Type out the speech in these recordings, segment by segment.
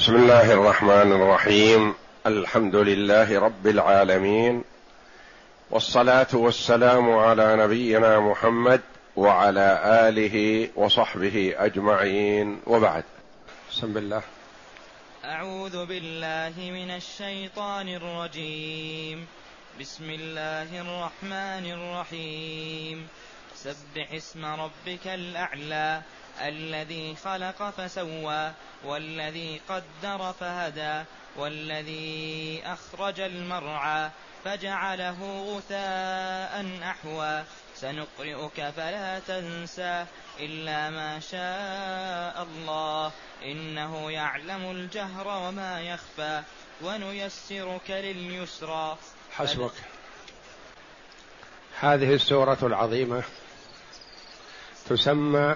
بسم الله الرحمن الرحيم. الحمد لله رب العالمين، والصلاة والسلام على نبينا محمد وعلى آله وصحبه أجمعين، وبعد. بسم الله. أعوذ بالله من الشيطان الرجيم. بسم الله الرحمن الرحيم. سبح اسم ربك الأعلى الذي خلق فسوى والذي قدر فهدى والذي أخرج المرعى فجعله غثاء أحوى سنقرئك فلا تنسى إلا ما شاء الله إنه يعلم الجهر وما يخفى ونيسرك لليسرى. حسبك. هذه السورة العظيمة تسمى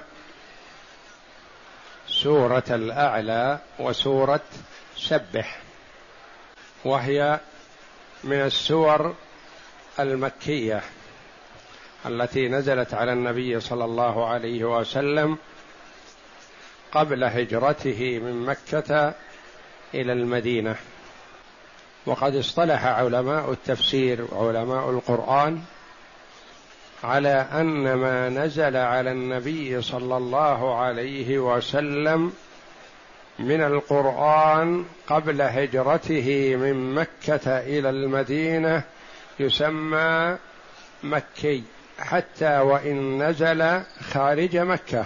سورة الأعلى وسورة سبح، وهي من السور المكية التي نزلت على النبي صلى الله عليه وسلم قبل هجرته من مكة إلى المدينة. وقد اصطلح علماء التفسير وعلماء القرآن على أن ما نزل على النبي صلى الله عليه وسلم من القرآن قبل هجرته من مكة إلى المدينة يسمى مكي، حتى وإن نزل خارج مكة،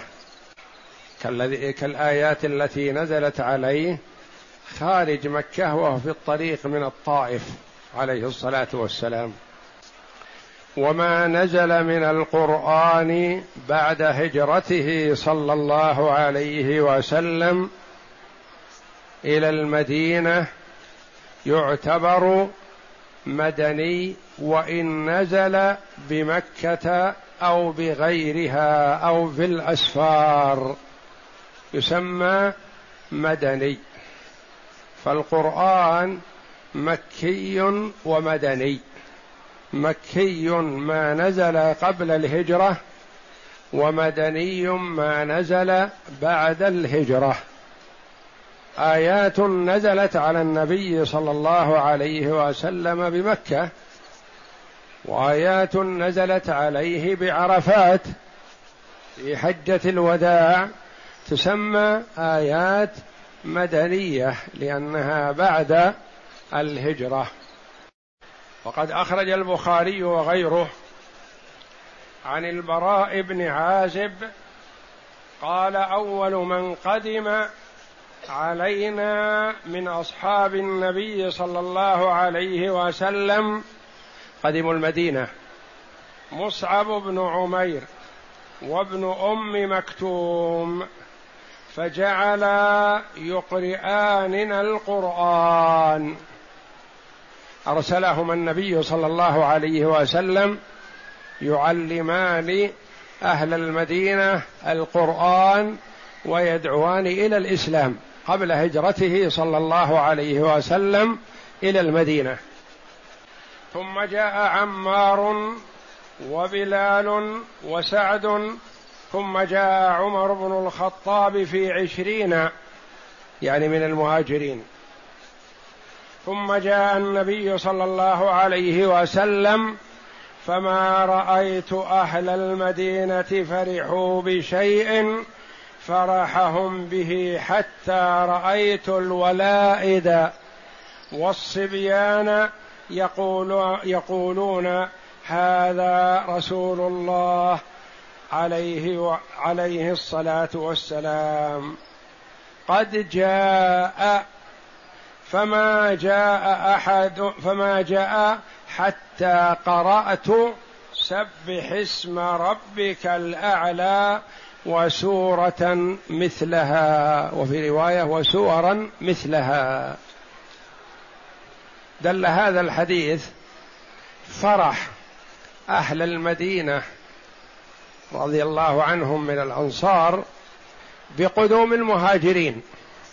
كالآيات التي نزلت عليه خارج مكة وهو في الطريق من الطائف عليه الصلاة والسلام. وما نزل من القرآن بعد هجرته صلى الله عليه وسلم إلى المدينة يعتبر مدني، وإن نزل بمكة أو بغيرها أو في الأسفار يسمى مدني. فالقرآن مكي ومدني. مكي ما نزل قبل الهجرة، ومدني ما نزل بعد الهجرة. آيات نزلت على النبي صلى الله عليه وسلم بمكة، وآيات نزلت عليه بعرفات في حجة الوداع تسمى آيات مدنية لأنها بعد الهجرة. وقد أخرج البخاري وغيره عن البراء بن عازب قال: أول من قدم علينا من أصحاب النبي صلى الله عليه وسلم قدموا المدينة مصعب بن عمير وابن أم مكتوم، فجعلا يقرئاننا القرآن. أرسلهما النبي صلى الله عليه وسلم يعلمان أهل المدينة القرآن ويدعوان إلى الإسلام قبل هجرته صلى الله عليه وسلم إلى المدينة. ثم جاء عمار وبلال وسعد، ثم جاء عمر بن الخطاب في 20 يعني من المهاجرين، ثم جاء النبي صلى الله عليه وسلم، فما رأيت أهل المدينة فرحوا بشيء فرحهم به حتى رأيت الولائد والصبيان يقولون هذا رسول الله عليه الصلاة والسلام قد جاء، فما جاء حتى قرأت سبح اسم ربك الأعلى وسورة مثلها، وفي رواية وسورا مثلها. دل هذا الحديث فرح أهل المدينة رضي الله عنهم من الأنصار بقدوم المهاجرين،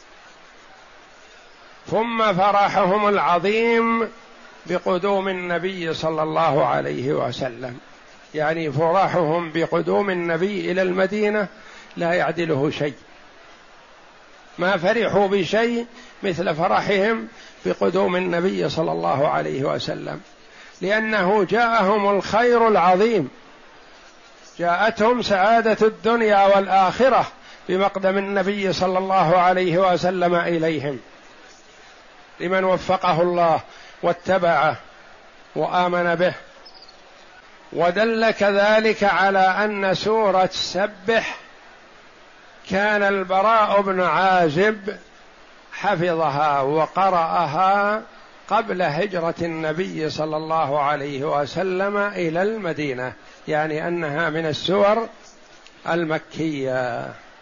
ثم فرحهم العظيم بقدوم النبي صلى الله عليه وسلم، يعني فرحهم بقدوم النبي إلى المدينة لا يعدله شيء. ما فرحوا بشيء مثل فرحهم بقدوم النبي صلى الله عليه وسلم، لأنه جاءهم الخير العظيم، جاءتهم سعادة الدنيا والآخرة بمقدم النبي صلى الله عليه وسلم إليهم، لمن وفقه الله واتبعه وآمن به. ودل كذلك على أن سورة سبح كان البراء بن عازب حفظها وقرأها قبل هجرة النبي صلى الله عليه وسلم إلى المدينة، يعني أنها من السور المكية.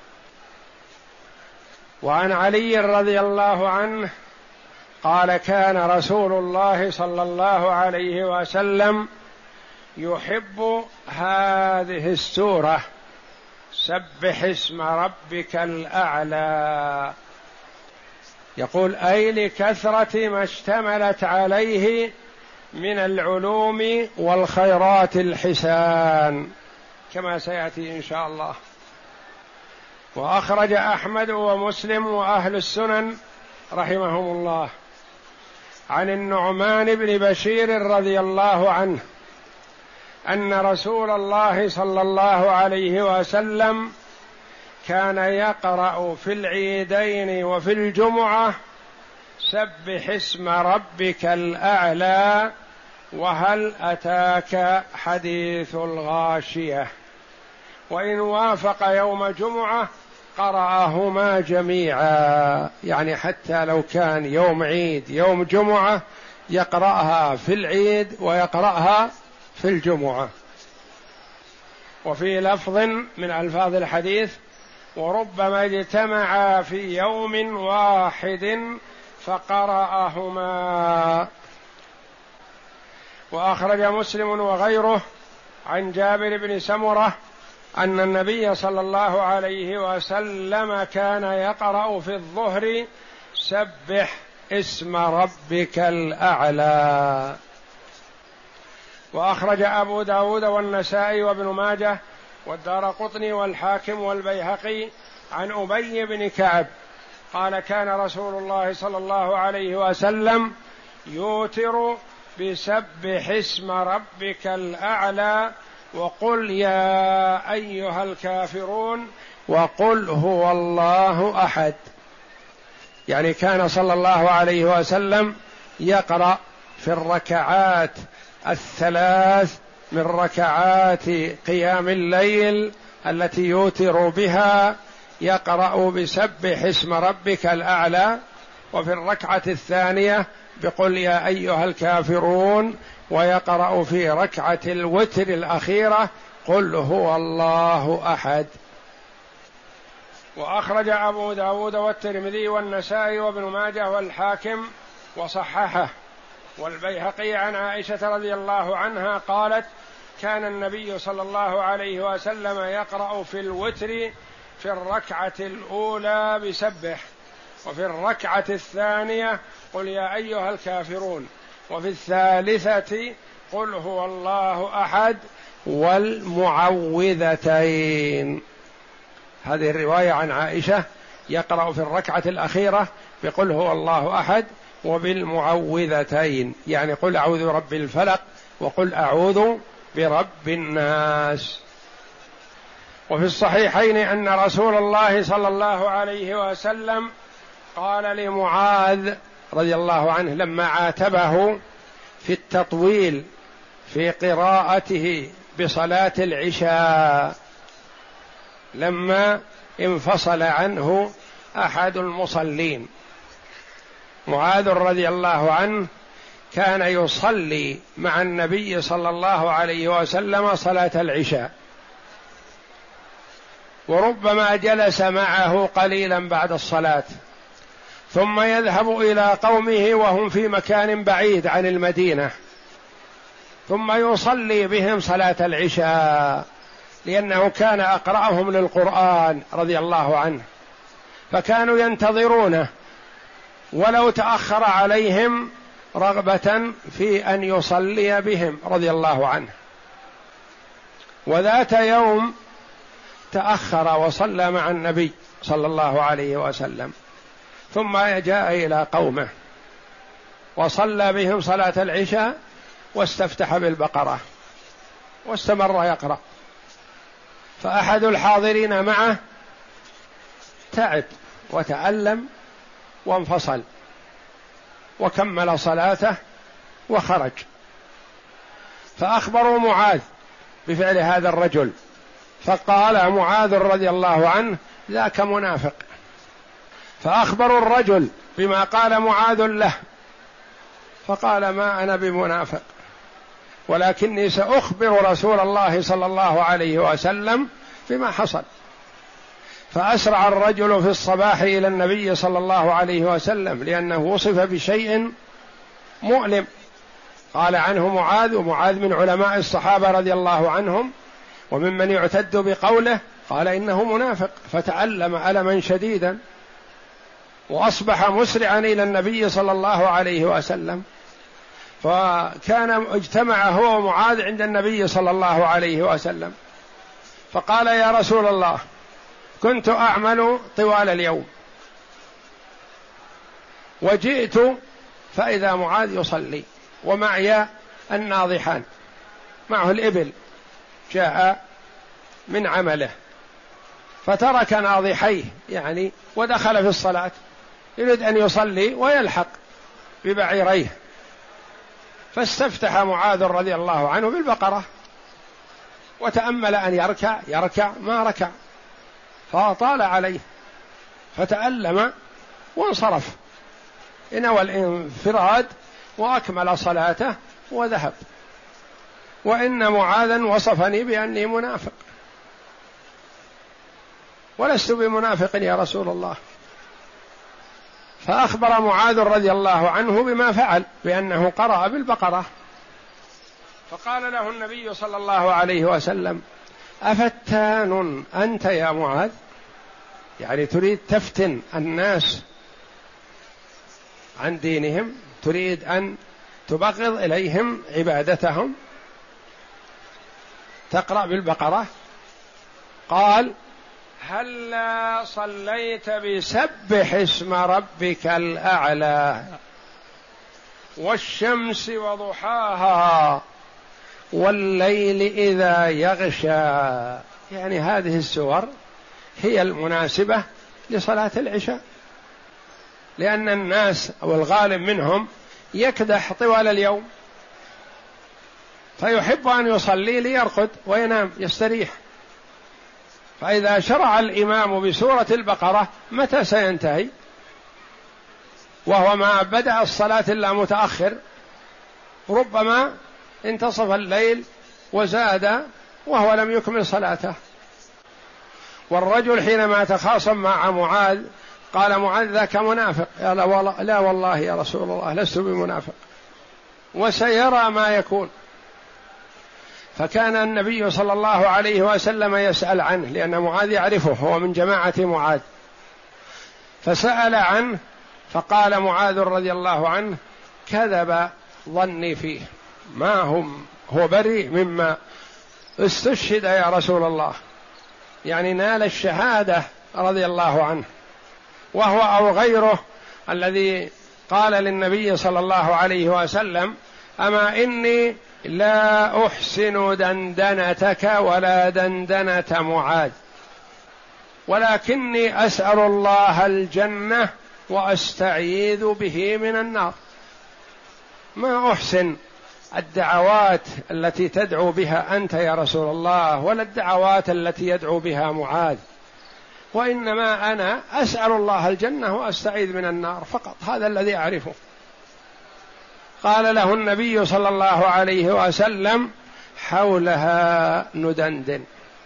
وعن علي رضي الله عنه قال كان رسول الله صلى الله عليه وسلم يحب هذه السورة سبح اسم ربك الأعلى، يقول أي لكثرة ما اشتملت عليه من العلوم والخيرات الحسان، كما سيأتي إن شاء الله. وأخرج أحمد ومسلم وأهل السنن رحمهم الله عن النعمان بن بشير رضي الله عنه أن رسول الله صلى الله عليه وسلم كان يقرأ في العيدين وفي الجمعة سبح اسم ربك الأعلى وهل أتاك حديث الغاشية، وإن وافق يوم جمعة قرأهما جميعا، يعني حتى لو كان يوم عيد يوم جمعة يقرأها في العيد ويقرأها في الجمعة. وفي لفظ من ألفاظ الحديث وربما اجتمعا في يوم واحد فقرأهما. وأخرج مسلم وغيره عن جابر بن سمرة أن النبي صلى الله عليه وسلم كان يقرأ في الظهر سبح اسم ربك الأعلى. وأخرج أبو داود والنسائي وابن ماجه والدارقطني والحاكم والبيهقي عن أبي بن كعب قال كان رسول الله صلى الله عليه وسلم يوتر بسبح اسم ربك الأعلى وقل يا أيها الكافرون وقل هو الله أحد، يعني كان صلى الله عليه وسلم يقرأ في الركعات الثلاث من ركعات قيام الليل التي يوتر بها يقرأ بسبح اسم ربك الأعلى، وفي الركعة الثانية بقل يا أيها الكافرون، ويقرأ في ركعة الوتر الأخيرة قل هو الله أحد. وأخرج أبو داود والترمذي والنسائي وابن ماجه والحاكم وصححه والبيهقي عن عائشة رضي الله عنها قالت كان النبي صلى الله عليه وسلم يقرأ في الوتر في الركعة الأولى بسبح، وفي الركعة الثانية قل يا أيها الكافرون، وفي الثالثة قل هو الله أحد والمعوذتين. هذه الرواية عن عائشة يقرأ في الركعة الأخيرة بقل هو الله أحد وبالمعوذتين، يعني قل أعوذ برب الفلق وقل أعوذ برب الناس. وفي الصحيحين أن رسول الله صلى الله عليه وسلم قال لمعاذ رضي الله عنه لما عاتبه في التطويل في قراءته بصلاة العشاء لما انفصل عنه أحد المصلين، معاذ رضي الله عنه كان يصلي مع النبي صلى الله عليه وسلم صلاة العشاء، وربما جلس معه قليلا بعد الصلاة ثم يذهب إلى قومه وهم في مكان بعيد عن المدينة ثم يصلي بهم صلاة العشاء، لأنه كان أقرأهم للقرآن رضي الله عنه، فكانوا ينتظرونه ولو تأخر عليهم رغبة في أن يصلي بهم رضي الله عنه. وذات يوم تأخر وصلى مع النبي صلى الله عليه وسلم ثم جاء إلى قومه وصلى بهم صلاة العشاء واستفتح بالبقرة واستمر يقرأ، فأحد الحاضرين معه تعب وتألم وانفصل وكمل صلاته وخرج، فأخبروا معاذ بفعل هذا الرجل، فقال معاذ رضي الله عنه: ذاك منافق. فأخبروا الرجل بما قال معاذ له، فقال: ما أنا بمنافق، ولكني سأخبر رسول الله صلى الله عليه وسلم بما حصل. فأسرع الرجل في الصباح إلى النبي صلى الله عليه وسلم، لأنه وصف بشيء مؤلم قال عنه معاذ، ومعاذ من علماء الصحابة رضي الله عنهم وممن يعتد بقوله، قال إنه منافق، فتألم ألما شديدا وأصبح مسرعا إلى النبي صلى الله عليه وسلم. فكان اجتمع هو ومعاذ عند النبي صلى الله عليه وسلم، فقال: يا رسول الله، كنت أعمل طوال اليوم وجئت فإذا معاذ يصلي ومعي الناضحان، معه الإبل، جاء من عمله فترك ناضحيه يعني ودخل في الصلاة، يريد أن يصلي ويلحق ببعيريه، فاستفتح معاذ رضي الله عنه بالبقرة وتأمل أن يركع ما ركع، فأطال عليه فتألم وانصرف، نوى الانفراد وأكمل صلاته وذهب. وإن معاذا وصفني بأني منافق، ولست بمنافق يا رسول الله. فأخبر معاذ رضي الله عنه بما فعل، بأنه قرأ بالبقرة. فقال له النبي صلى الله عليه وسلم: أفتان أنت يا معاذ؟ يعني تريد تفتن الناس عن دينهم، تريد أن تبغض إليهم عبادتهم، تقرأ بالبقرة؟ قال: هلا صليت بسبح اسم ربك الأعلى والشمس وضحاها والليل إذا يغشى. يعني هذه السور هي المناسبة لصلاة العشاء، لأن الناس أو الغالب منهم يكدح طوال اليوم، فيحب أن يصلي ليرقد وينام يستريح، فإذا شرع الإمام بسورة البقرة متى سينتهي؟ وهو ما بدأ الصلاة إلا متأخر، ربما انتصف الليل وزاد وهو لم يكمل صلاته. والرجل حينما تخاصم مع معاذ قال معاذ: ذاك منافق. لا والله يا رسول الله لست بمنافق، وسيرى ما يكون. فكان النبي صلى الله عليه وسلم يسأل عنه، لأن معاذ يعرفه، هو من جماعة معاذ، فسأل عنه، فقال معاذ رضي الله عنه: كذب ظني فيه، هو بريء مما استشهد يا رسول الله، يعني نال الشهادة رضي الله عنه، وهو أو غيره الذي قال للنبي صلى الله عليه وسلم: أما إني لا أحسن دندنتك ولا دندنة معاذ، ولكني أسأل الله الجنة وأستعيذ به من النار. ما أحسن الدعوات التي تدعو بها أنت يا رسول الله، ولا الدعوات التي يدعو بها معاذ، وإنما أنا أسأل الله الجنة وأستعيذ من النار فقط، هذا الذي أعرفه. قال له النبي صلى الله عليه وسلم: حولها ندندن،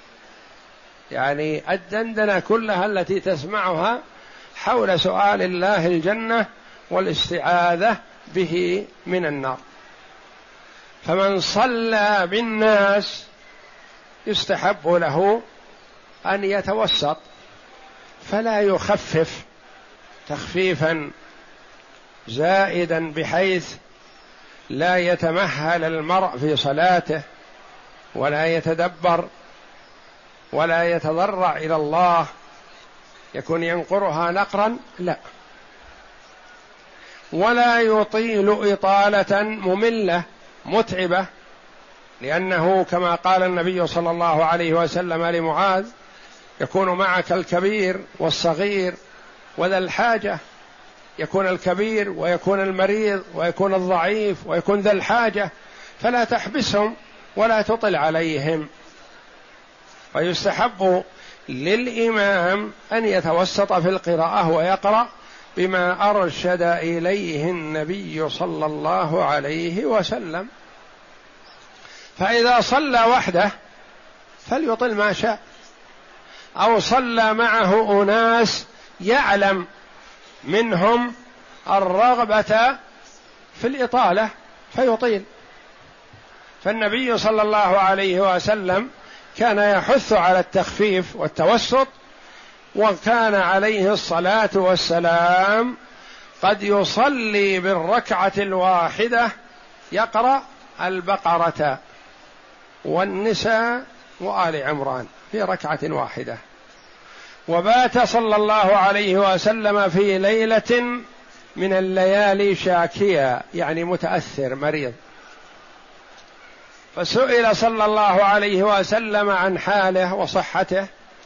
يعني الدندنة كلها التي تسمعها حول سؤال الله الجنة والاستعاذة به من النار. فمن صلى بالناس يستحب له أن يتوسط، فلا يخفف تخفيفا زائدا بحيث لا يتمهل المرء في صلاته ولا يتدبر ولا يتضرع إلى الله، يكون ينقرها نقرا، لا، ولا يطيل إطالة مملة متعبة، لأنه كما قال النبي صلى الله عليه وسلم لمعاذ: يكون معك الكبير والصغير وذا الحاجة، يكون الكبير ويكون المريض ويكون الضعيف ويكون ذا الحاجة، فلا تحبسهم ولا تطل عليهم. ويستحب للإمام أن يتوسط في القراءة ويقرأ بما أرشد إليه النبي صلى الله عليه وسلم. فإذا صلى وحده فليطل ما شاء، أو صلى معه أناس يعلم منهم الرغبة في الإطالة فيطيل. فالنبي صلى الله عليه وسلم كان يحث على التخفيف والتوسط، وكان عليه الصلاة والسلام قد يصلي بالركعة الواحدة يقرأ البقرة والنساء وآل عمران في ركعة واحدة. وبات صلى الله عليه وسلم في ليلة من الليالي شاكيا، يعني متأثر مريض، فسئل صلى الله عليه وسلم عن حاله وصحته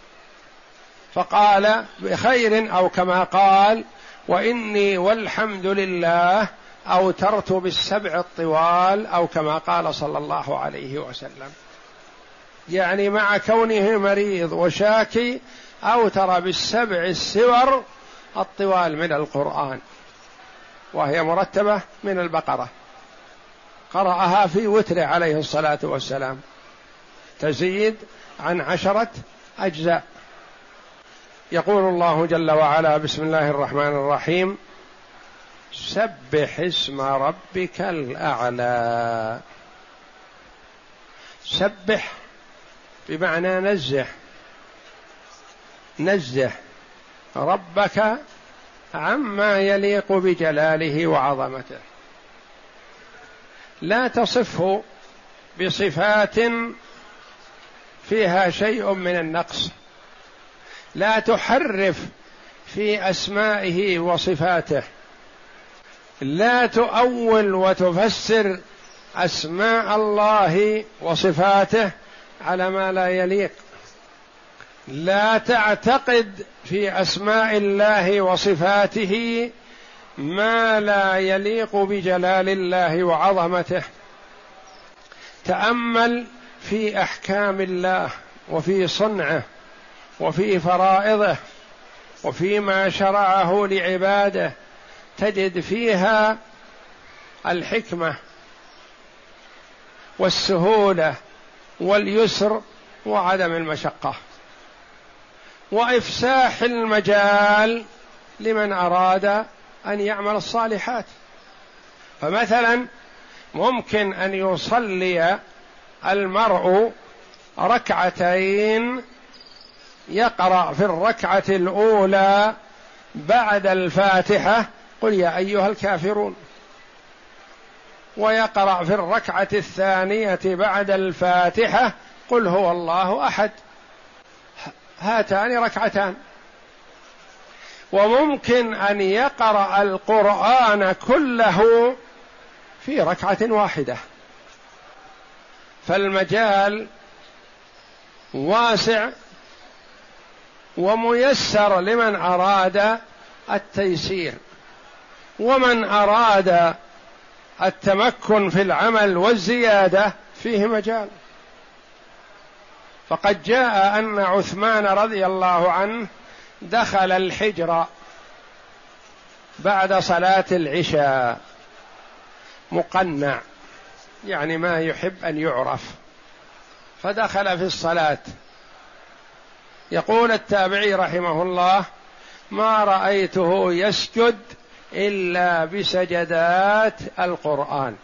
فقال: بخير، أو كما قال: وإني والحمد لله أوترت بالسبع الطوال، أو كما قال صلى الله عليه وسلم، يعني مع كونه مريض وشاكي أوتر بالسبع السور الطوال من القرآن، وهي مرتبة من البقرة، قرأها في وتره عليه الصلاة والسلام، تزيد عن 10 أجزاء. يقول الله جل وعلا: بسم الله الرحمن الرحيم: سبح اسم ربك الأعلى. سبح بمعنى نزه ربك عما يليق بجلاله وعظمته، لا تصفه بصفات فيها شيء من النقص، لا تحرف في أسمائه وصفاته، لا تؤول وتفسر أسماء الله وصفاته على ما لا يليق، لا تعتقد في أسماء الله وصفاته ما لا يليق بجلال الله وعظمته. تأمل في أحكام الله وفي صنعه وفي فرائضه وفيما شرعه لعباده، تجد فيها الحكمة والسهولة واليسر وعدم المشقة، وإفساح المجال لمن أراد أن يعمل الصالحات. فمثلا ممكن أن يصلي المرء ركعتين، يقرأ في الركعة الأولى بعد الفاتحة قل يا أيها الكافرون، ويقرأ في الركعة الثانية بعد الفاتحة قل هو الله أحد، هاتان ركعتان. وممكن أن يقرأ القرآن كله في ركعة واحدة، فالمجال واسع وميسر لمن أراد التيسير، ومن أراد التمكن في العمل والزيادة فيه مجال. فقد جاء أن عثمان رضي الله عنه دخل الحجر بعد صلاة العشاء مقنع، يعني ما يحب أن يعرف، فدخل في الصلاة. يقول التابعي رحمه الله: ما رأيته يسجد إلا بسجدات القرآن،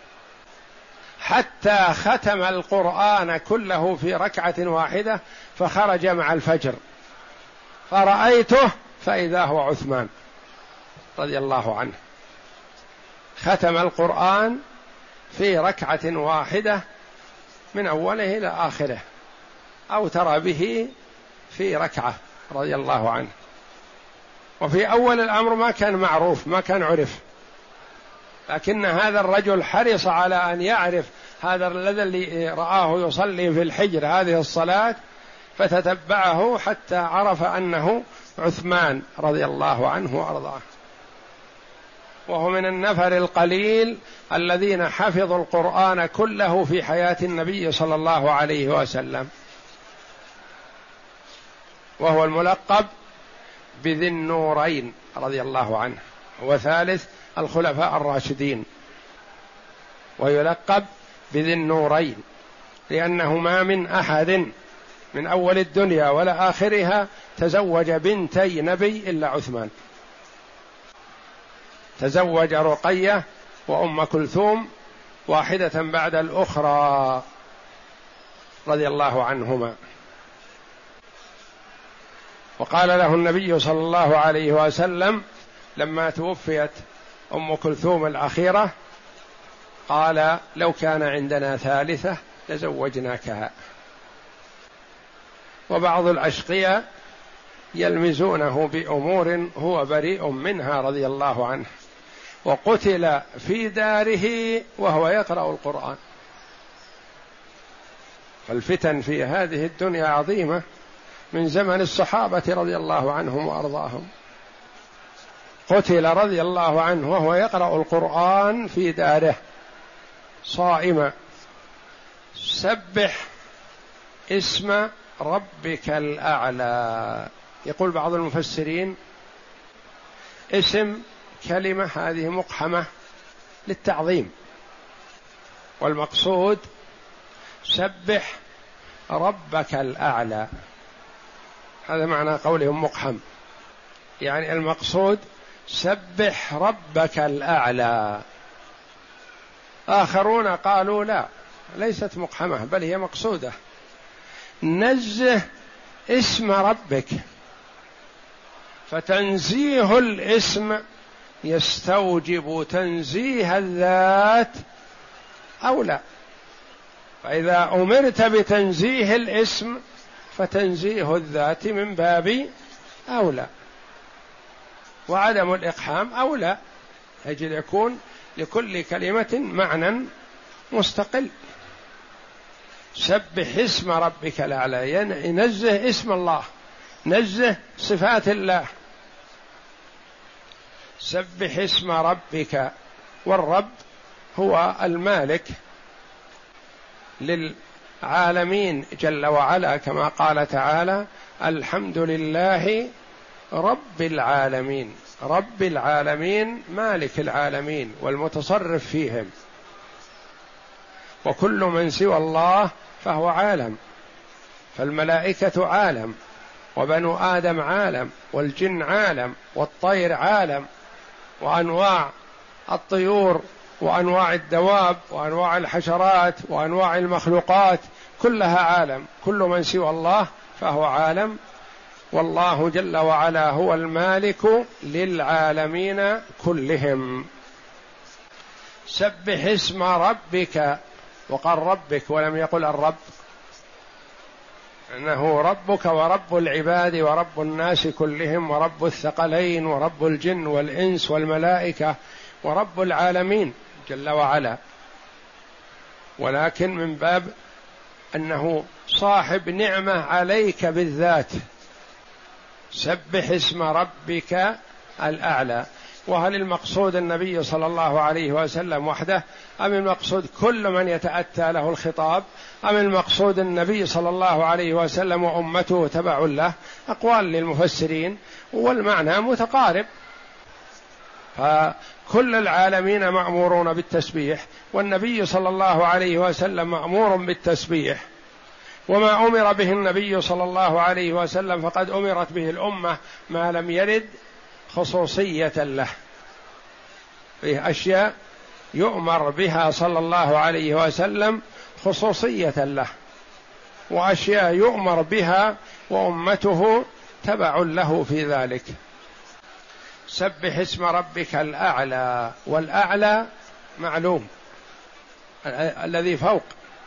حتى ختم القرآن كله في ركعة واحدة، فخرج مع الفجر فرأيته فإذا هو عثمان رضي الله عنه، ختم القرآن في ركعة واحدة من أوله إلى آخره، أوتر به في ركعة رضي الله عنه. وفي أول الأمر ما كان معروف، ما كان عرف، لكن هذا الرجل حرص على أن يعرف هذا الذي رآه يصلي في الحجر هذه الصلاة، فتتبعه حتى عرف أنه عثمان رضي الله عنه وأرضاه، وهو من النفر القليل الذين حفظوا القرآن كله في حياة النبي صلى الله عليه وسلم، وهو الملقب بذي النورين رضي الله عنه، وثالث الخلفاء الراشدين، ويلقب بذي النورين لأنه ما من أحد من أول الدنيا ولا آخرها تزوج بنتي نبي إلا عثمان، تزوج رقية وأم كلثوم واحدة بعد الأخرى رضي الله عنهما. وقال له النبي صلى الله عليه وسلم لما توفيت أم كلثوم الأخيرة قال: لو كان عندنا ثالثة لزوجناكها. وبعض الأشقياء يلمزونه بأمور هو بريء منها رضي الله عنه، وقتل في داره وهو يقرأ القرآن. فالفتن في هذه الدنيا عظيمة من زمن الصحابة رضي الله عنهم وأرضاهم. قتل رضي الله عنه وهو يقرأ القرآن في داره صائما. سبح اسم ربك الأعلى. يقول بعض المفسرين اسم كلمة هذه مقحمة للتعظيم، والمقصود سبح ربك الأعلى، هذا معنى قولهم مقحم، يعني المقصود سبح ربك الأعلى. آخرون قالوا لا، ليست مقحمة بل هي مقصودة، نزه اسم ربك، فتنزيه الاسم يستوجب تنزيه الذات أو لا، فإذا أمرت بتنزيه الاسم فتنزيه الذات من باب أولى، وعدم الإقحام أولى، يجب يكون لكل كلمة معنى مستقل. سبح اسم ربك الأعلى، ينزه اسم الله، نزه صفات الله. سبح اسم ربك، والرب هو المالك للعالمين جل وعلا، كما قال تعالى: الحمد لله رب العالمين. رب العالمين مالك العالمين والمتصرف فيهم، وكل من سوى الله فهو عالم، فالملائكة عالم، وبنو آدم عالم، والجن عالم، والطير عالم، وأنواع الطيور، وأنواع الدواب، وأنواع الحشرات، وأنواع المخلوقات كلها عالم، كل من سوى الله فهو عالم، والله جل وعلا هو المالك للعالمين كلهم. سبح اسم ربك، وقال ربك ولم يقل الرب، إنه ربك ورب العباد ورب الناس كلهم ورب الثقلين ورب الجن والإنس والملائكة ورب العالمين جل وعلا، ولكن من باب أنه صاحب نعمة عليك بالذات. سبح اسم ربك الأعلى. وهل المقصود النبي صلى الله عليه وسلم وحده، أم المقصود كل من يتأتى له الخطاب، أم المقصود النبي صلى الله عليه وسلم وأمته تبع له؟ أقوال للمفسرين والمعنى متقارب، فكل العالمين مأمورون بالتسبيح، والنبي صلى الله عليه وسلم مأمور بالتسبيح، وما أمر به النبي صلى الله عليه وسلم فقد أمرت به الأمة ما لم يرد خصوصية له. فيه أشياء يؤمر بها صلى الله عليه وسلم خصوصية له، وأشياء يؤمر بها وأمته تبع له في ذلك. سبح اسم ربك الأعلى، والأعلى معلوم الذي فوق،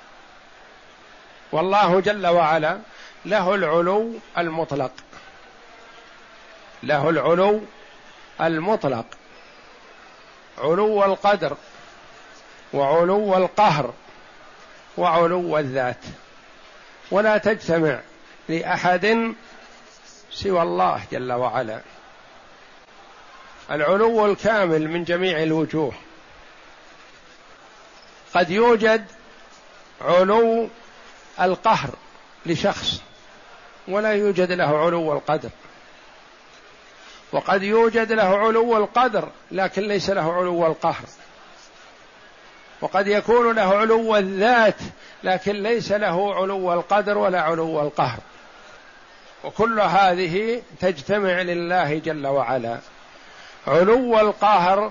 والله جل وعلا له العلو المطلق، له العلو المطلق، علو القدر وعلو القهر وعلو الذات، ولا تجتمع لأحد سوى الله جل وعلا. العلو الكامل من جميع الوجوه. قد يوجد علو القهر لشخص ولا يوجد له علو القدر، وقد يوجد له علو القدر لكن ليس له علو القهر، وقد يكون له علو الذات لكن ليس له علو القدر ولا علو القهر، وكل هذه تجتمع لله جل وعلا. علو القهر،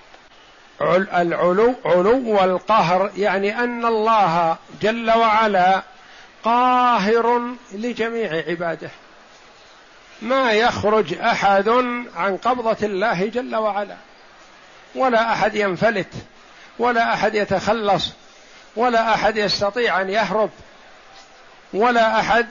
علو القهر يعني أن الله جل وعلا قاهر لجميع عباده، ما يخرج أحد عن قبضة الله جل وعلا، ولا أحد ينفلت، ولا أحد يتخلص، ولا أحد يستطيع أن يهرب، ولا أحد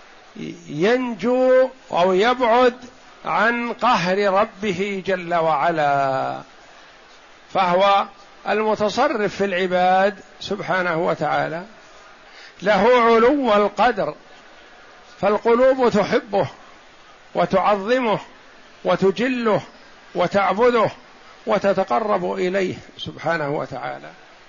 ينجو أو يبعد عن قهر ربه جل وعلا، فهو المتصرف في العباد سبحانه وتعالى. له علو القدر، فالقلوب تحبه وتعظمه وتجله وتعبده وتتقرب إليه سبحانه وتعالى.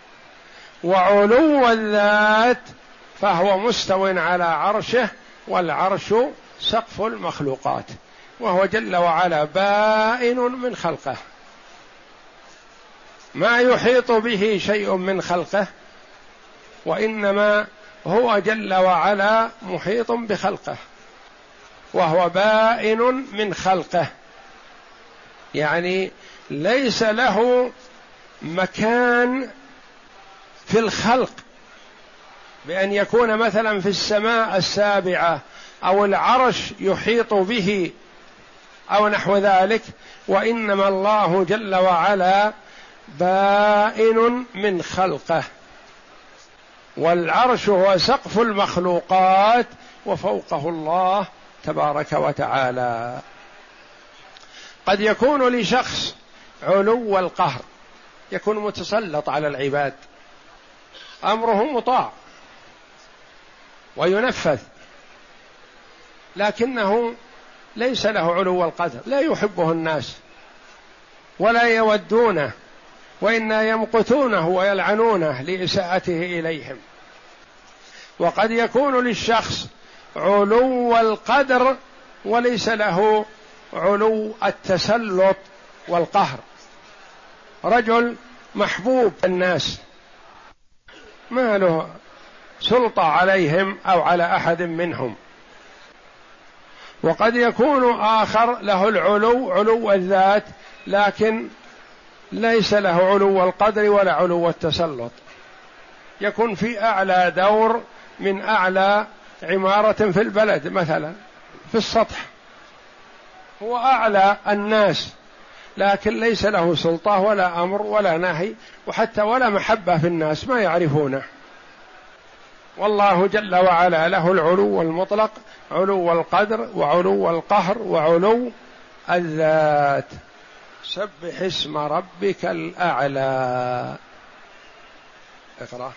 وعلو الذات فهو مستو على عرشه، والعرش سقف المخلوقات، وهو جل وعلا بائن من خلقه، ما يحيط به شيء من خلقه، وإنما هو جل وعلا محيط بخلقه، وهو بائن من خلقه، يعني ليس له مكان في الخلق بأن يكون مثلا في السماء السابعة أو العرش يحيط به أو نحو ذلك، وإنما الله جل وعلا بائن من خلقه، والعرش هو سقف المخلوقات وفوقه الله تبارك وتعالى. قد يكون لشخص علو القهر، يكون متسلط على العباد، أمره مطاع وينفذ، لكنه ليس له علو القدر، لا يحبه الناس ولا يودونه، وإنا يمقتونه ويلعنونه لإساءته إليهم. وقد يكون للشخص علو القدر وليس له علو التسلط والقهر، رجل محبوب الناس ما له سلطة عليهم أو على أحد منهم. وقد يكون آخر له العلو، علو الذات، لكن ليس له علو القدر ولا علو التسلط، يكون في أعلى دور من أعلى عمارة في البلد مثلا في السطح، هو أعلى الناس، لكن ليس له سلطة ولا أمر ولا نهي وحتى ولا محبة في الناس، ما يعرفونه. والله جل وعلا له العلو المطلق، علو القدر وعلو القهر وعلو الذات. سبح اسم ربك الأعلى. اقرأ.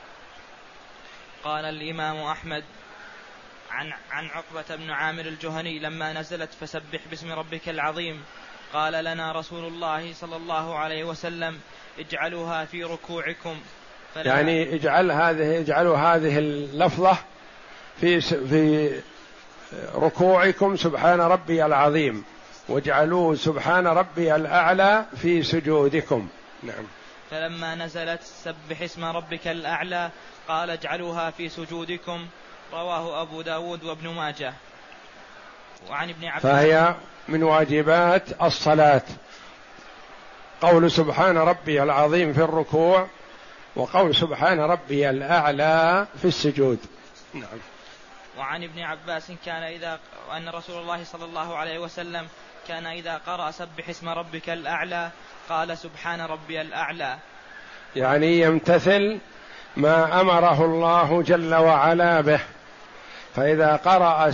قال الإمام أحمد عن عقبة بن عامر الجهني لما نزلت فسبح باسم ربك العظيم قال لنا رسول الله صلى الله عليه وسلم اجعلوها في ركوعكم، يعني اجعلوا هذه اللفظة في ركوعكم سبحان ربي العظيم، واجعلوه سبحان ربي الأعلى في سجودكم. نعم. فلما نزلت سبح اسم ربك الأعلى قال اجعلوها في سجودكم، رواه أبو داود وابن ماجه. وعن ابن عباس. فهي من واجبات الصلاة، قول سبحان ربي العظيم في الركوع، وقول سبحان ربي الأعلى في السجود. نعم. وعن ابن عباس أن رسول الله صلى الله عليه وسلم كان إذا قرأ سبح اسم ربك الأعلى قال سبحان ربي الأعلى، يعني يمتثل ما أمره الله جل وعلا به، فإذا قرأ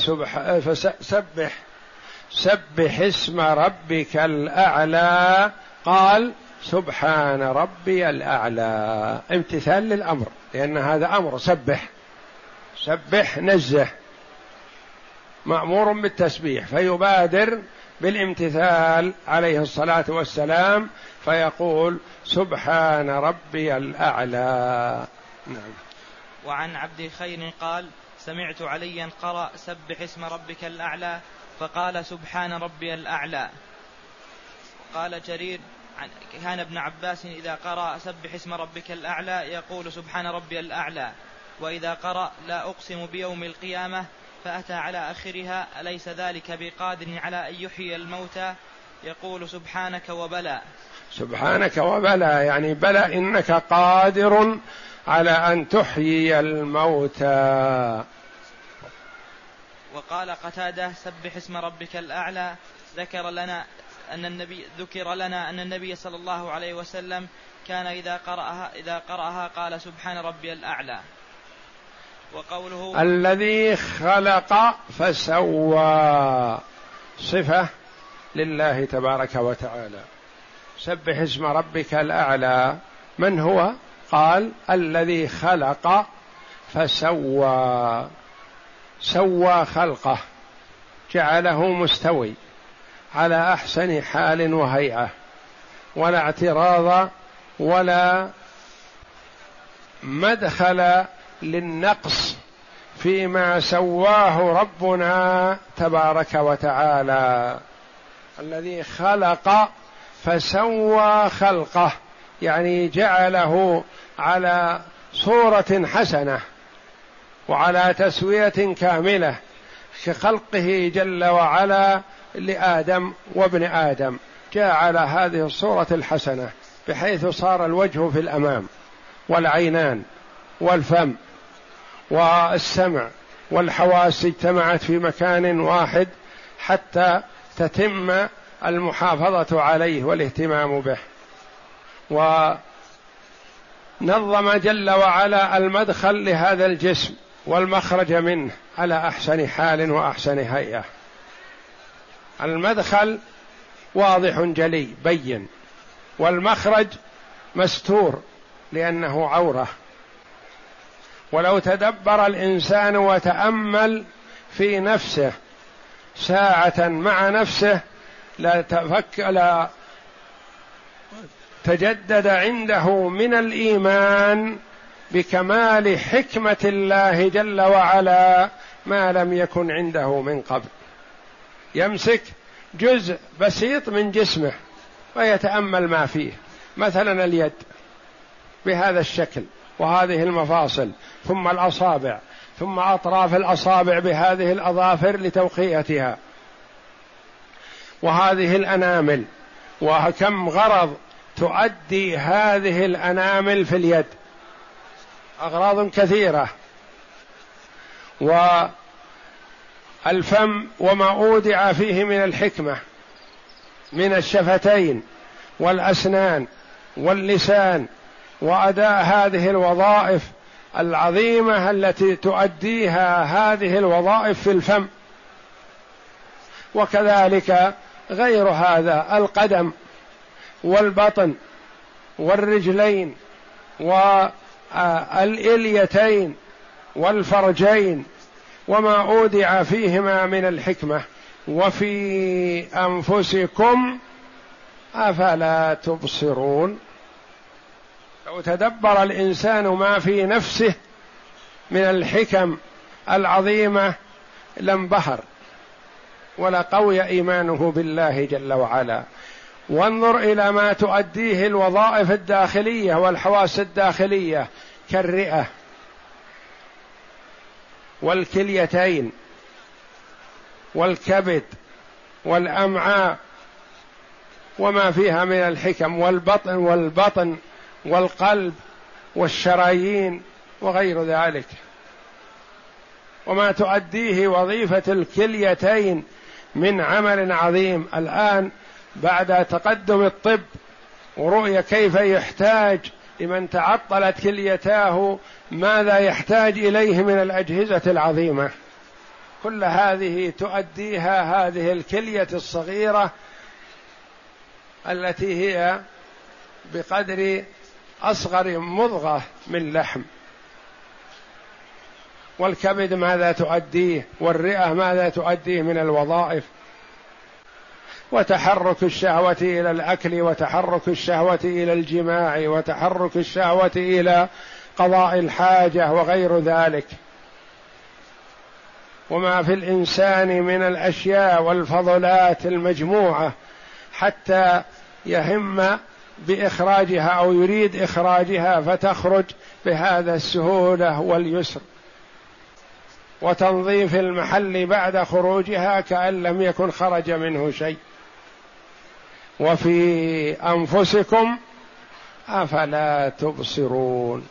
سبح اسم ربك الأعلى قال سبحان ربي الأعلى، امتثال للأمر، لأن هذا أمر، سبح سبح نزه، مأمور بالتسبيح، فيبادر بالامتثال عليه الصلاة والسلام فيقول سبحان ربي الأعلى. نعم. وعن عبد خير قال: سمعت عليا قرأ سبح اسم ربك الأعلى فقال سبحان ربي الأعلى. قال جرير: كان ابن عباس إذا قرأ سبح اسم ربك الأعلى يقول سبحان ربي الأعلى، وإذا قرأ لا أقسم بيوم القيامة فأتى على آخرها أليس ذلك بقادر على أن يحيي الموتى يقول سبحانك وبلى. سبحانك وبلى يعني بلى إنك قادر على أن تحيي الموتى. وقال قتادة: سبح اسم ربك الأعلى. ذكر لنا أن النبي صلى الله عليه وسلم كان إذا قرأها قال سبحان ربي الأعلى. وقوله الذي خلق فسوى صفة لله تبارك وتعالى. سبح اسم ربك الأعلى، من هو؟ قال الذي خلق فسوى، سوى خلقه، جعله مستوي على أحسن حال وهيئة، ولا اعتراض ولا مدخل للنقص فيما سواه ربنا تبارك وتعالى. الذي خلق فسوى خلقه يعني جعله على صورة حسنة وعلى تسوية كاملة كخلقه جل وعلا لآدم وابن آدم، جعل هذه الصورة الحسنة بحيث صار الوجه في الأمام والعينان والفم والسمع والحواس اجتمعت في مكان واحد حتى تتم المحافظة عليه والاهتمام به. ونظم جل وعلا المدخل لهذا الجسم والمخرج منه على أحسن حال وأحسن هيئة. المدخل واضح جلي بين، والمخرج مستور لأنه عورة. ولو تدبر الإنسان وتأمل في نفسه ساعة مع نفسه لا تجدد عنده من الإيمان بكمال حكمة الله جل وعلا ما لم يكن عنده من قبل. يمسك جزء بسيط من جسمه ويتأمل ما فيه، مثلا اليد بهذا الشكل وهذه المفاصل، ثم الأصابع، ثم أطراف الأصابع بهذه الأظافر لتوقيتها، وهذه الأنامل، وكم غرض تؤدي هذه الأنامل في اليد، أغراض كثيرة. والفم وما أودع فيه من الحكمة من الشفتين والأسنان واللسان، وأداء هذه الوظائف العظيمة التي تؤديها هذه الوظائف في الفم. وكذلك غير هذا القدم والبطن والرجلين والإليتين والفرجين وما أودع فيهما من الحكمة. وفي أنفسكم أفلا تبصرون. لو تدبر الإنسان ما في نفسه من الحكم العظيمة لانبهر ولقوي إيمانه بالله جل وعلا. وانظر إلى ما تؤديه الوظائف الداخلية والحواس الداخلية كالرئة والكليتين والكبد والأمعاء وما فيها من الحكم، والبطن والقلب والشرايين وغير ذلك، وما تؤديه وظيفة الكليتين من عمل عظيم. الآن بعد تقدم الطب ورؤية كيف يحتاج لمن تعطلت كليتاه ماذا يحتاج إليه من الأجهزة العظيمة، كل هذه تؤديها هذه الكلية الصغيرة التي هي بقدر أصغر مضغة من لحم. والكبد ماذا تؤديه، والرئة ماذا تؤديه من الوظائف، وتحرك الشهوة إلى الأكل، وتحرك الشهوة إلى الجماع، وتحرك الشهوة إلى قضاء الحاجة وغير ذلك. وما في الإنسان من الأشياء والفضلات المجموعة حتى يهم بإخراجها أو يريد إخراجها فتخرج بهذا السهولة واليسر، وتنظيف المحل بعد خروجها كأن لم يكن خرج منه شيء. وفي أنفسكم أفلا تبصرون.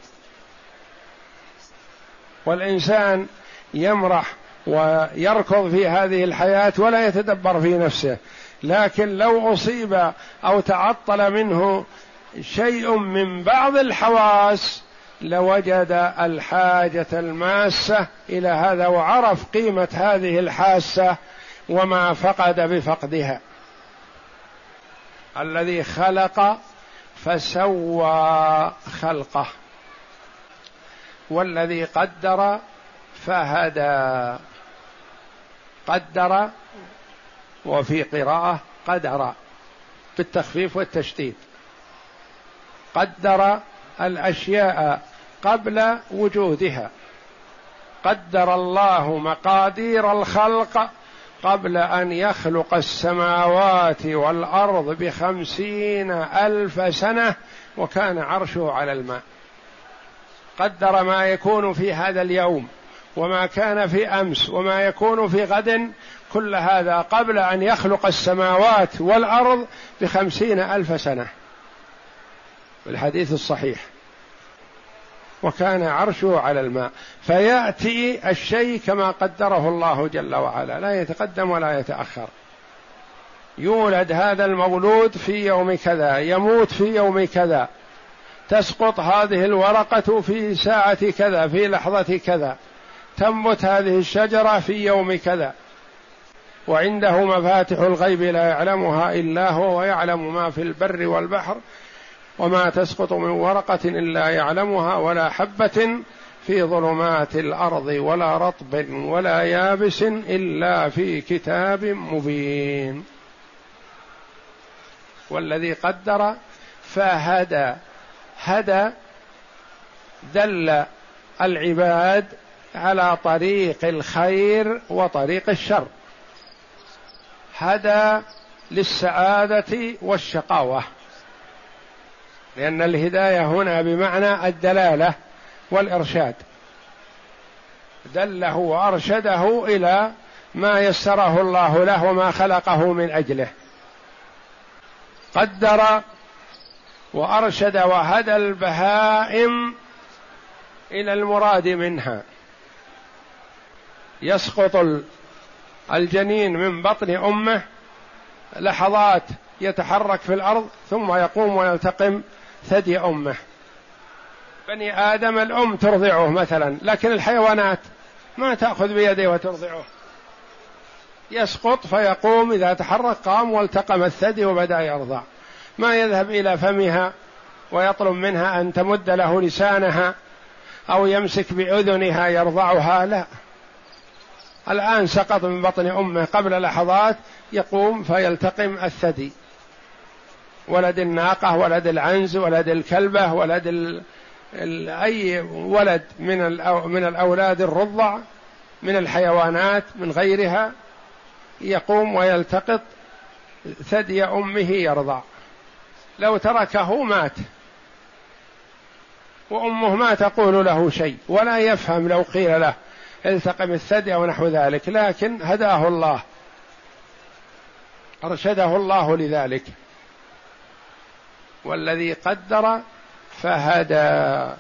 والإنسان يمرح ويركض في هذه الحياة ولا يتدبر في نفسه، لكن لو أصيب أو تعطل منه شيء من بعض الحواس لوجد الحاجة الماسة إلى هذا، وعرف قيمة هذه الحاسة وما فقد بفقدها. الذي خلق فسوى خلقه، والذي قدر فهدى. قدر، وفي قراءة قدر بالتخفيف والتشديد. قدر الأشياء قبل وجودها. قدر الله مقادير الخلق قبل أن يخلق السماوات والأرض ب50,000 سنة، وكان عرشه على الماء. قدر ما يكون في هذا اليوم، وما كان في أمس، وما يكون في غد، كل هذا قبل أن يخلق السماوات والأرض ب50,000 سنة بالحديث الصحيح. وكان عرشه على الماء. فيأتي الشيء كما قدره الله جل وعلا، لا يتقدم ولا يتأخر. يولد هذا المولود في يوم كذا، يموت في يوم كذا، تسقط هذه الورقة في ساعة كذا، في لحظة كذا، تنبت هذه الشجرة في يوم كذا. وعنده مفاتح الغيب لا يعلمها إلا هو، ويعلم ما في البر والبحر، وما تسقط من ورقة إلا يعلمها، ولا حبة في ظلمات الأرض ولا رطب ولا يابس إلا في كتاب مبين. والذي قدر فهدى. هدى دل العباد على طريق الخير وطريق الشر. هدى للسعادة والشقاوة، لأن الهداية هنا بمعنى الدلالة والإرشاد. دله وأرشده إلى ما يسره الله له وما خلقه من أجله. قدر وأرشد وهدى البهائم إلى المراد منها. يسقط الجنين من بطن أمه لحظات يتحرك في الأرض، ثم يقوم ويلتقم ثدي أمه. بني آدم الأم ترضعه مثلا، لكن الحيوانات ما تأخذ بيده وترضعه. يسقط فيقوم، إذا تحرك قام والتقم الثدي وبدأ يرضع. ما يذهب إلى فمها ويطلب منها أن تمد له لسانها أو يمسك بأذنها يرضعها، لا. الآن سقط من بطن أمه قبل لحظات، يقوم فيلتقم الثدي. ولد الناقة، ولد العنز، ولد الكلبة، ولد أي ولد من الأولاد الرضع من الحيوانات من غيرها، يقوم ويلتقط ثدي أمه يرضع. لو تركه مات، وأمه ما تقول له شيء ولا يفهم لو قيل له التقم الثدي أو نحو ذلك، لكن هداه الله، أرشده الله لذلك. والذي قدر فهدى.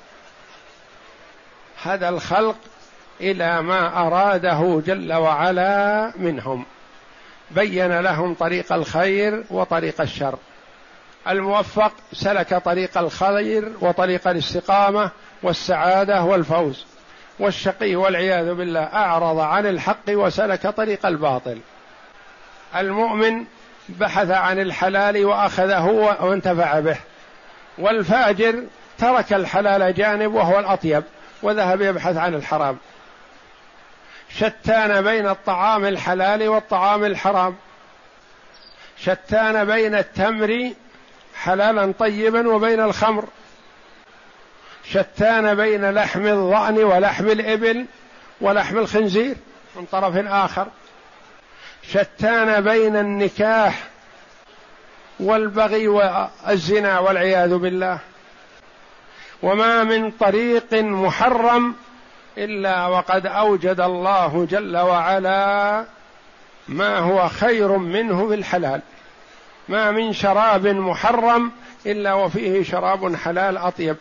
هدى الخلق إلى ما أراده جل وعلا منهم، بين لهم طريق الخير وطريق الشر. الموفق سلك طريق الخير وطريق الاستقامة والسعادة والفوز، والشقي والعياذ بالله أعرض عن الحق وسلك طريق الباطل. المؤمن بحث عن الحلال وأخذه وانتفع به، والفاجر ترك الحلال جانب وهو الأطيب وذهب يبحث عن الحرام. شتان بين الطعام الحلال والطعام الحرام، شتان بين التمر حلالا طيبا وبين الخمر، شتان بين لحم الضأن ولحم الإبل ولحم الخنزير من طرف آخر، شتان بين النكاح والبغي والزنا والعياذ بالله. وما من طريق محرم إلا وقد أوجد الله جل وعلا ما هو خير منه بالحلال، ما من شراب محرم إلا وفيه شراب حلال أطيب،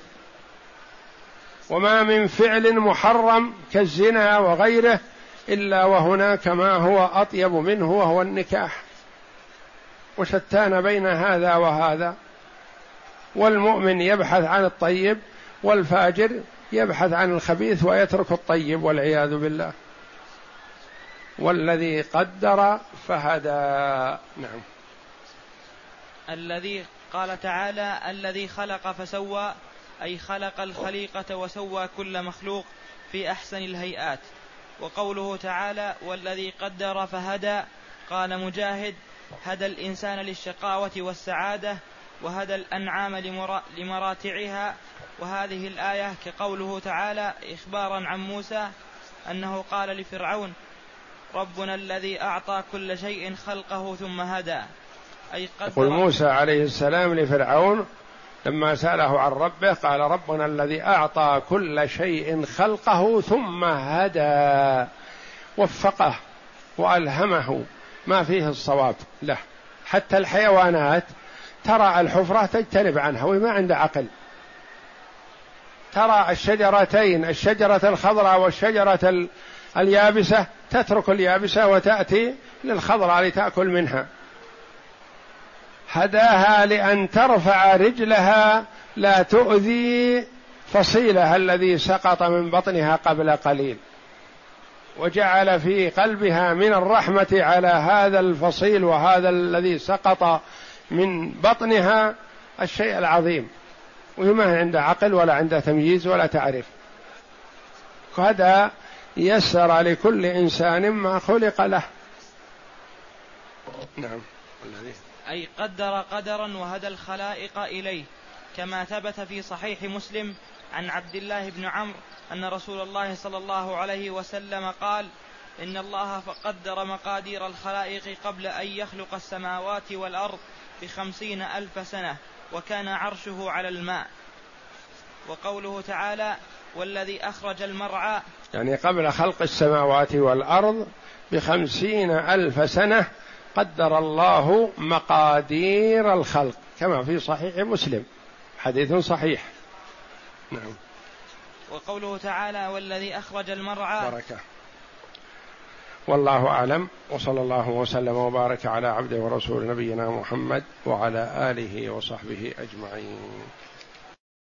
وما من فعل محرم كالزنا وغيره إلا وهناك ما هو أطيب منه وهو النكاح. وشتان بين هذا وهذا، والمؤمن يبحث عن الطيب والفاجر يبحث عن الخبيث ويترك الطيب والعياذ بالله. والذي قدر فهدى. نعم. الذي قال تعالى الذي خلق فسوى، أي خلق الخليقة وسوى كل مخلوق في أحسن الهيئات. وقوله تعالى والذي قدر فهدى، قال مجاهد هدى الإنسان للشقاوة والسعادة، وهدى الأنعام لمراتعها. وهذه الآية كقوله تعالى إخبارا عن موسى أنه قال لفرعون ربنا الذي أعطى كل شيء خلقه ثم هدى، أي قدر. يقول موسى عليه السلام لفرعون لما سأله عن ربه قال ربنا الذي أعطى كل شيء خلقه ثم هدى، وفقه وألهمه ما فيه الصواب له. حتى الحيوانات ترى الحفرة تجتنب عنها وما عنده عقل، ترى الشجرتين الشجرة الخضراء والشجرة اليابسة تترك اليابسة وتأتي للخضراء لتأكل منها. هداها لأن ترفع رجلها لا تؤذي فصيلها الذي سقط من بطنها قبل قليل، وجعل في قلبها من الرحمة على هذا الفصيل وهذا الذي سقط من بطنها الشيء العظيم، وما عنده عقل ولا عنده تمييز ولا تعرف. هذا يسر لكل إنسان ما خلق له. نعم. أي قدر قدرا وهدى الخلائق إليه، كما ثبت في صحيح مسلم عن عبد الله بن عمرو أن رسول الله صلى الله عليه وسلم قال إن الله قدر مقادير الخلائق قبل أن يخلق السماوات والأرض ب50,000 سنة، وكان عرشه على الماء. وقوله تعالى والذي أخرج المرعى، يعني قبل خلق السماوات والأرض ب50,000 سنة قدر الله مقادير الخلق، كما في صحيح مسلم حديث صحيح. نعم. وقوله تعالى والذي أخرج المرعى. بركة. والله أعلم، وصلى الله وسلم وبارك على عبده ورسول نبينا محمد وعلى آله وصحبه أجمعين.